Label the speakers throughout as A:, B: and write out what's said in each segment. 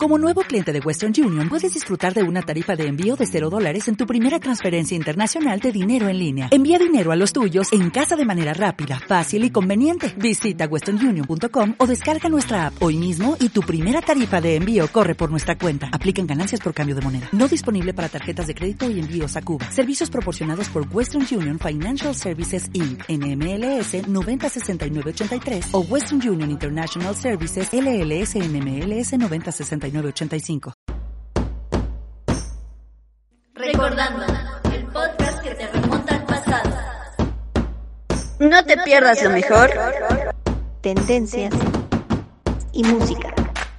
A: Como nuevo cliente de Western Union, puedes disfrutar de una tarifa de envío de $0 en tu primera transferencia internacional de dinero en línea. Envía dinero a los tuyos en casa de manera rápida, fácil y conveniente. Visita westernunion.com o descarga nuestra app hoy mismo y tu primera tarifa de envío corre por nuestra cuenta. Aplican ganancias por cambio de moneda. No disponible para tarjetas de crédito y envíos a Cuba. Servicios proporcionados por Western Union Financial Services Inc. NMLS 906983 o Western Union International Services LLS NMLS 906985.
B: Recordando, el podcast que te remonta al pasado.
C: No te pierdas lo mejor, tendencias y música.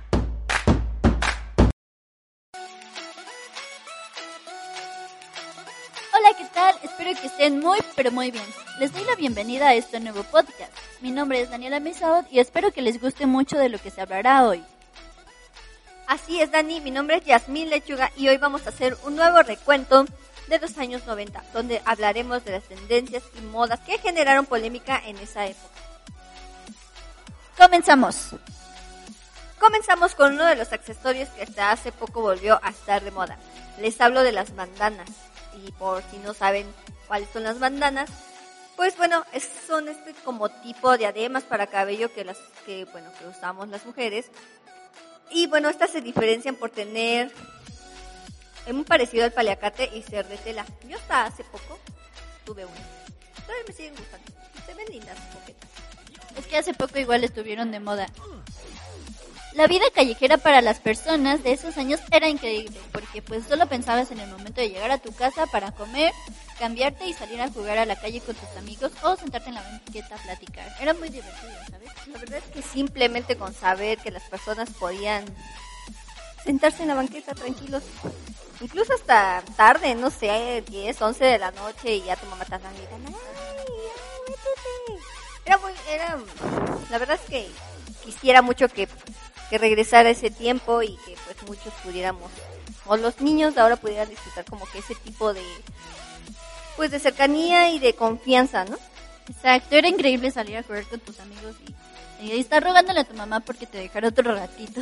B: Hola, ¿qué tal? Espero que estén muy, pero muy bien. Les doy la bienvenida a este nuevo podcast. Mi nombre es Daniela Misaud y espero que les guste mucho de lo que se hablará hoy.
D: Así es, Dani, mi nombre es Yasmín Lechuga y hoy vamos a hacer un nuevo recuento de los años 90, donde hablaremos de las tendencias y modas que generaron polémica en esa época.
B: Comenzamos
D: con uno de los accesorios que hasta hace poco volvió a estar de moda. Les hablo de las bandanas. Y por si no saben cuáles son las bandanas, pues bueno, son como tipo diademas para cabello que usamos las mujeres. Y bueno, estas se diferencian por tener muy parecido al paliacate y ser de tela. Yo hasta hace poco tuve una. Todavía me siguen gustando. Se ven lindas, coquetas.
B: Es que hace poco igual estuvieron de moda. La vida callejera para las personas de esos años era increíble, porque pues solo pensabas en el momento de llegar a tu casa para comer, cambiarte y salir a jugar a la calle con tus amigos o sentarte en la banqueta a platicar. Era muy divertido, ¿sabes?
D: La verdad es que simplemente con saber que las personas podían sentarse en la banqueta tranquilos, incluso hasta tarde, no sé, 10, 11 de la noche y ya tu mamá te anda gritando, la verdad es que quisiera mucho que regresara ese tiempo y que pues muchos pudiéramos, o los niños de ahora pudieran disfrutar como que ese tipo de cercanía y de confianza, ¿no?
B: Exacto, era increíble salir a jugar con tus amigos y estar rogándole a tu mamá porque te dejara otro ratito.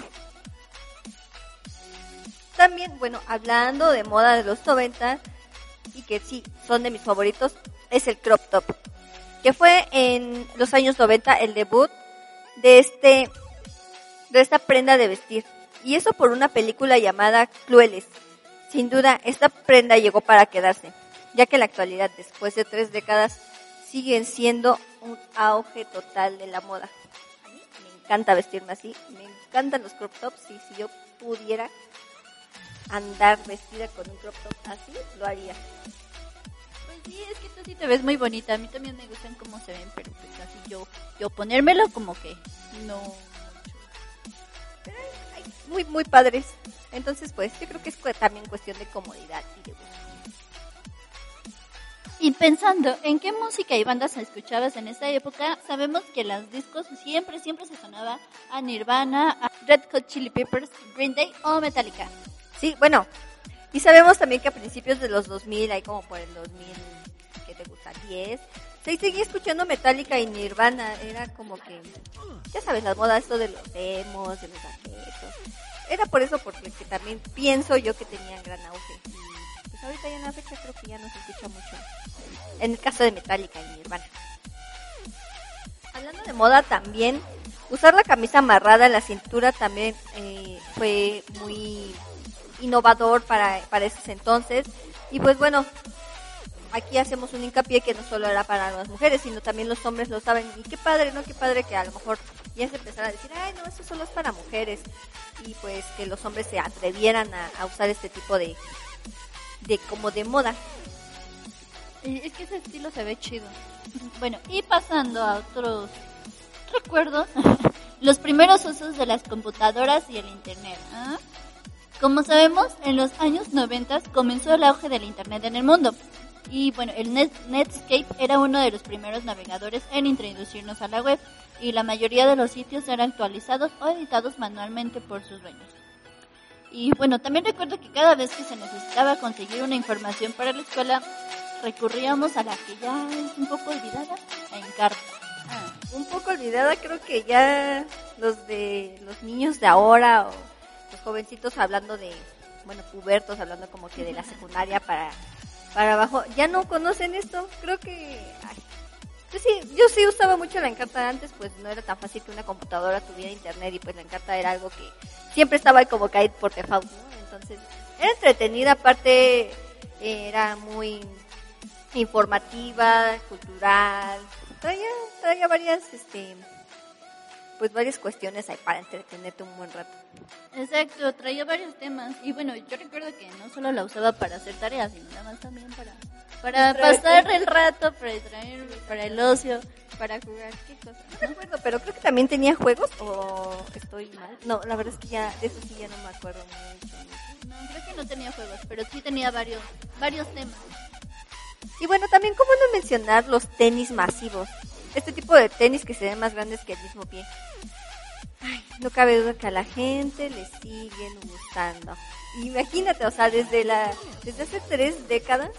D: También, bueno, hablando de moda de los 90 y que sí, son de mis favoritos, es el crop top, que fue en los años 90 el debut de esta prenda de vestir. Y eso por una película llamada Clueless. Sin duda, esta prenda llegó para quedarse, ya que en la actualidad, después de 3 décadas, siguen siendo un auge total de la moda. A mí me encanta vestirme así, me encantan los crop tops y si yo pudiera andar vestida con un crop top así, lo haría.
B: Pues sí, es que tú sí te ves muy bonita. A mí también me gustan cómo se ven, pero pues así yo ponérmelo como que no.
D: Muy, muy padres. Entonces, pues, yo creo que es también cuestión de comodidad y de gusto.
B: Y pensando en qué música y bandas escuchabas en esa época, sabemos que los discos siempre se sonaba a Nirvana, a Red Hot Chili Peppers, Green Day o Metallica.
D: Sí, bueno, y sabemos también que a principios de los 2000, ahí como por el 2000, ¿qué te gusta? 10, se seguía escuchando Metallica y Nirvana. Era como que, ya sabes, la moda esto de los emos, de los gajetos. Era por eso, porque también pienso yo que tenían gran auge. Y pues ahorita ya en la fecha creo que ya no se escucha mucho. En el caso de Metallica y Nirvana. Hablando de moda también, usar la camisa amarrada en la cintura también fue muy innovador para esos entonces. Y pues bueno, aquí hacemos un hincapié que no solo era para las mujeres, sino también los hombres lo saben. Y qué padre, ¿no? Qué padre que a lo mejor ya se empezara a decir, ay, no, eso solo es para mujeres. Y pues que los hombres se atrevieran a usar este tipo de moda.
B: Es que ese estilo se ve chido. Bueno, y pasando a otros recuerdos, los primeros usos de las computadoras y el internet. ¿Ah? Como sabemos, en los años 90 comenzó el auge del internet en el mundo. Y bueno, el Netscape era uno de los primeros navegadores en introducirnos a la web. Y la mayoría de los sitios eran actualizados o editados manualmente por sus dueños. Y bueno, también recuerdo que cada vez que se necesitaba conseguir una información para la escuela, recurríamos a la que ya es un poco olvidada, a Encarta.
D: Un poco olvidada, creo que ya los niños de ahora los jovencitos hablando de, bueno, pubertos, hablando como que de la secundaria para abajo, ya no conocen esto. Creo que yo sí usaba mucho la Encarta antes, pues no era tan fácil que una computadora tuviera internet y pues la Encarta era algo que siempre estaba ahí como caído por default, ¿no? Entonces era entretenida, aparte era muy informativa, cultural, traía varias pues varias cuestiones ahí para entretenerte un buen rato.
B: Exacto, traía varios temas. Y bueno, yo recuerdo que no solo la usaba para hacer tareas, sino nada más también para pasar el rato, para el ocio, para jugar, qué cosa.
D: No recuerdo, pero creo que también tenía juegos, o estoy mal. No, la verdad es que ya, de eso sí ya no me acuerdo mucho.
B: No, creo que no tenía juegos, pero sí tenía varios temas.
D: Y bueno, también cómo no mencionar los tenis masivos. Este tipo de tenis que se ven más grandes que el mismo pie. Ay, no cabe duda que a la gente le siguen gustando. Imagínate, o sea, desde hace 3 décadas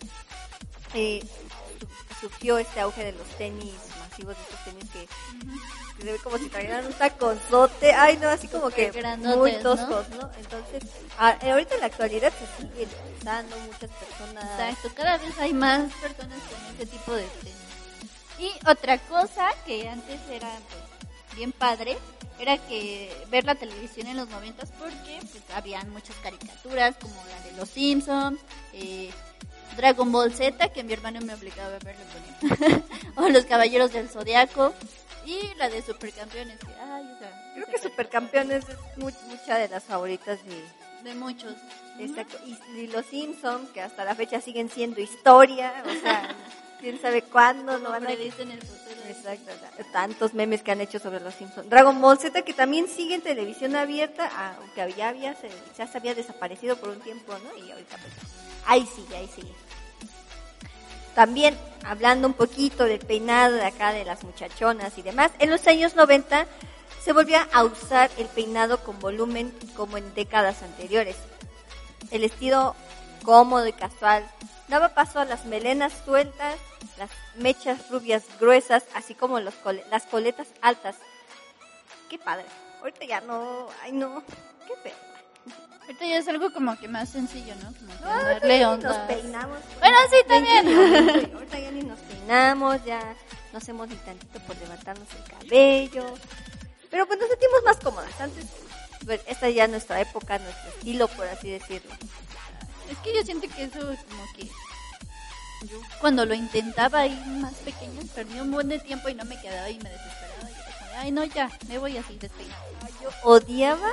D: surgió este auge de los tenis masivos, de estos tenis que se ve como si trajeran un taconzote. Ay, no, así como que muy toscos, ¿no? Entonces, ahorita en la actualidad se siguen usando muchas personas.
B: Exacto, cada vez hay más personas con este tipo de tenis. Y otra cosa que antes era pues, bien padre, era que ver la televisión en los 90 porque pues, habían muchas caricaturas como la de Los Simpsons, Dragon Ball Z, que mi hermano me obligaba a verlo con él, o Los Caballeros del Zodiaco, y la de Supercampeones.
D: Creo que Supercampeones es mucha de las favoritas
B: de muchos.
D: Exacto, y Los Simpsons, que hasta la fecha siguen siendo historia, o sea... quién sabe cuándo no van a
B: predicen el futuro.
D: Exacto, tantos memes que han hecho sobre los Simpsons. Dragon Ball Z, que también sigue en televisión abierta, aunque ya se había desaparecido por un tiempo, ¿no? Y ahorita pues ahí sigue. También hablando un poquito del peinado de acá de las muchachonas y demás, en los años 90 se volvió a usar el peinado con volumen como en décadas anteriores. El estilo cómodo y casual daba paso a las melenas sueltas, las mechas rubias gruesas, así como las coletas altas. Qué padre. Ahorita ya no, ay no, qué feo.
B: Ahorita ya es algo como que más sencillo, ¿no? Como que darle onda.
D: Nos peinamos.
B: Bueno, sí, también.
D: Ahorita ya ni nos peinamos, ya no hacemos ni tantito por levantarnos el cabello. Pero pues nos sentimos más cómodas. Antes, pues, esta ya es nuestra época, nuestro estilo, por así decirlo.
B: Es que yo siento que eso como que yo cuando lo intentaba ahí más pequeña perdí un buen de tiempo y no me quedaba y me desesperaba y era como, ay no, ya, me voy así despeinada.
D: Yo odiaba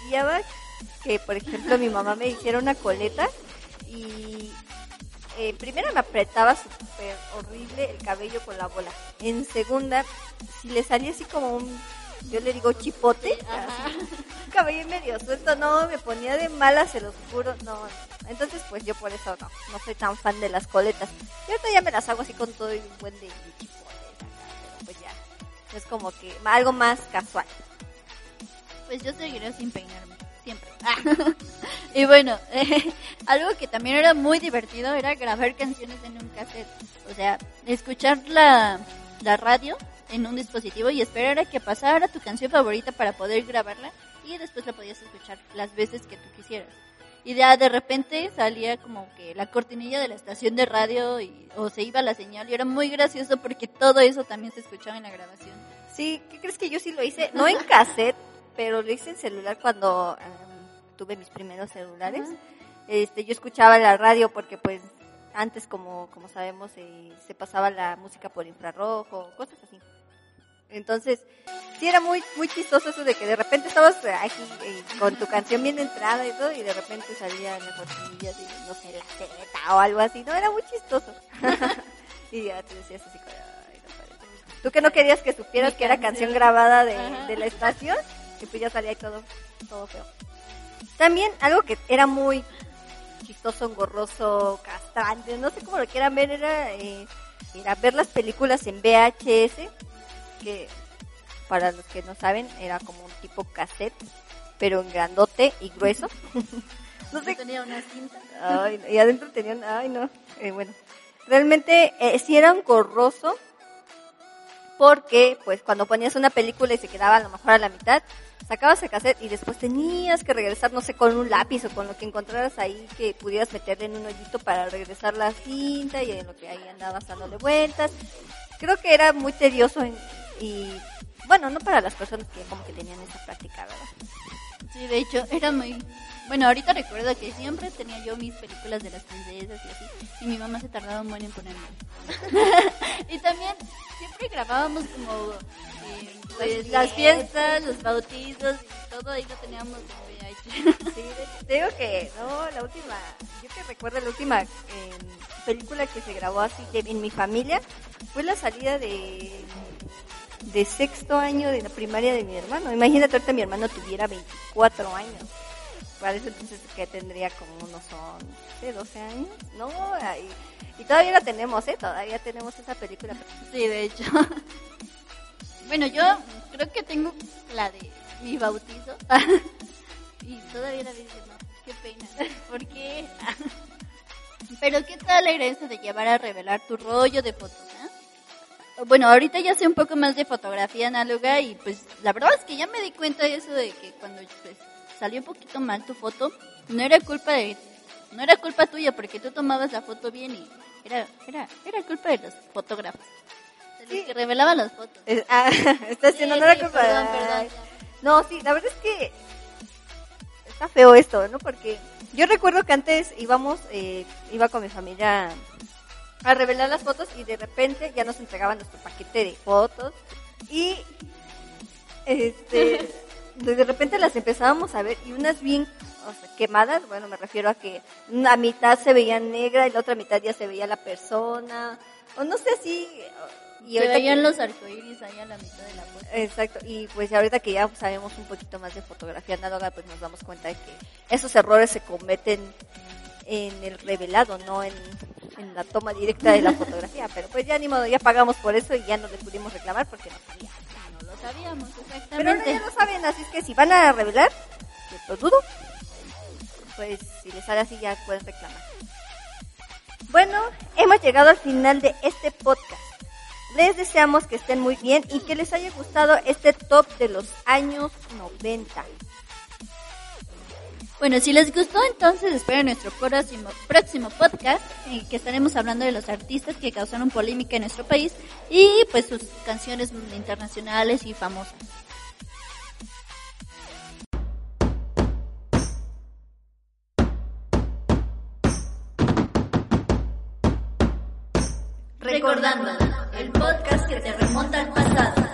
D: que por ejemplo mi mamá me hiciera una coleta y primero me apretaba súper horrible el cabello con la bola. En segunda, si le salía así como yo le digo chipote, un cabello medio suelto, no, me ponía de malas, se los juro, no. Entonces, pues yo por eso no soy tan fan de las coletas. Y ahorita ya me las hago así con todo y un buen de chipotes acá, pero pues ya, es como que algo más casual.
B: Pues yo seguiré sin peinarme, siempre. Y bueno, algo que también era muy divertido era grabar canciones en un cassette. O sea, escuchar la radio en un dispositivo y esperar a que pasara tu canción favorita para poder grabarla y después la podías escuchar las veces que tú quisieras. Y ya de repente salía como que la cortinilla de la estación de radio o se iba la señal y era muy gracioso porque todo eso también se escuchaba en la grabación.
D: Sí, ¿qué crees que yo sí lo hice? No en cassette, pero lo hice en celular cuando tuve mis primeros celulares. Yo escuchaba la radio porque pues antes como sabemos se pasaba la música por infrarrojo, cosas así. Entonces, sí era muy muy chistoso eso de que de repente estabas aquí con tu canción bien entrada y todo y de repente salía la cortinilla de, no sé, la Z o algo así. No, era muy chistoso. Y ya te decías así como, ay, no parece. Tú que no querías que supieras que era canción grabada de la estación y pues ya salía ahí todo feo. También algo que era muy chistoso, engorroso, castrante, no sé cómo lo quieran ver, era ver las películas en VHS, que para los que no saben era como un tipo cassette, pero en grandote y grueso.
B: No sé. Tenía una cinta.
D: Ay, y adentro tenían, ay no, bueno, realmente sí era engorroso porque pues cuando ponías una película y se quedaba a lo mejor a la mitad, sacabas el cassette y después tenías que regresar, no sé, con un lápiz o con lo que encontraras ahí que pudieras meterle en un hoyito para regresar la cinta y en lo que ahí andabas dándole vueltas. Creo que era muy tedioso y bueno, no para las personas que como que tenían esa práctica, ¿verdad?
B: Sí, de hecho, era muy... Bueno, ahorita recuerdo que siempre tenía yo mis películas de las princesas y así, y mi mamá se tardaba un buen en ponerme. Y también siempre grabábamos como pues, las fiestas, los bautizos y todo, ahí lo teníamos en VHS.
D: Sí, te digo que no, la última, yo que recuerdo la última película que se grabó así en mi familia fue la salida de sexto año de la primaria de mi hermano. Imagínate, ahorita mi hermano tuviera 24 años. Parece entonces que tendría como unos 11, 12 años. No, y todavía la tenemos, todavía tenemos esa película.
B: Sí, de hecho. Bueno, yo creo que tengo la de mi bautizo. Y todavía la dice, no, qué pena. ¿Por qué? Pero ¿qué tal era eso de llevar a revelar tu rollo de fotos, Bueno, ahorita ya sé un poco más de fotografía análoga y pues la verdad es que ya me di cuenta de eso de que cuando pues, salió un poquito mal tu foto, no era culpa tuya porque tú tomabas la foto bien y era culpa de los fotógrafos, de los que revelaban las fotos.
D: Está haciendo no era culpa.
B: Perdón.
D: No, sí, la verdad es que está feo esto, ¿no? Porque yo recuerdo que antes iba con mi familia a revelar las fotos y de repente ya nos entregaban nuestro paquete de fotos y de repente las empezábamos a ver y unas bien quemadas, bueno, me refiero a que una mitad se veía negra y la otra mitad ya se veía la persona, o no sé si...
B: Y se veían los arcoíris ahí a la mitad de la foto.
D: Exacto, y pues ahorita que ya sabemos un poquito más de fotografía análoga, pues nos damos cuenta de que esos errores se cometen en el revelado, no en la toma directa de la fotografía, pero pues ya ni modo, ya pagamos por eso y ya no le pudimos reclamar porque no sabíamos.
B: No lo sabíamos, exactamente.
D: Pero ahora ya lo saben, así es que si van a revelar, que lo dudo, pues si les sale así ya pueden reclamar. Bueno, hemos llegado al final de este podcast. Les deseamos que estén muy bien y que les haya gustado este top de los años 90.
B: Bueno, si les gustó, entonces esperen nuestro próximo podcast, que estaremos hablando de los artistas que causaron polémica en nuestro país y pues sus canciones internacionales y famosas. Recordando, el podcast que te remonta al pasado.